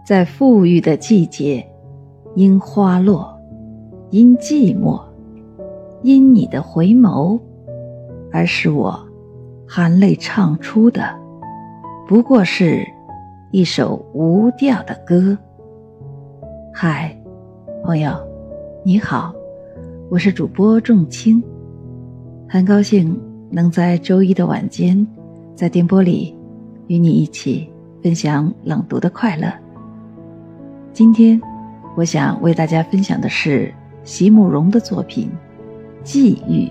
在富裕的季节，因花落，因寂寞，因你的回眸，而使我含泪唱出的，不过是一首无调的歌。嗨，朋友，你好，我是主播仲卿，很高兴能在周一的晚间，在电波里与你一起分享朗读的快乐。今天我想为大家分享的是席慕容的作品《际遇》。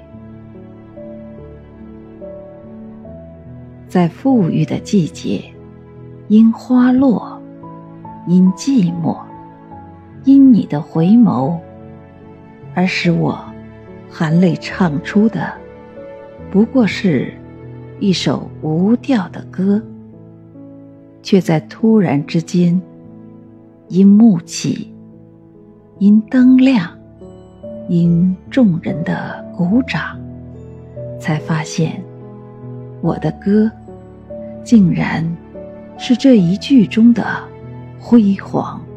在富裕的季节，因花落，因寂寞，因你的回眸，而使我含泪唱出的，不过是一首无调的歌，却在突然之间，因幕起，因灯亮，因众人的鼓掌，才发现我的歌竟然是这一句中的辉煌。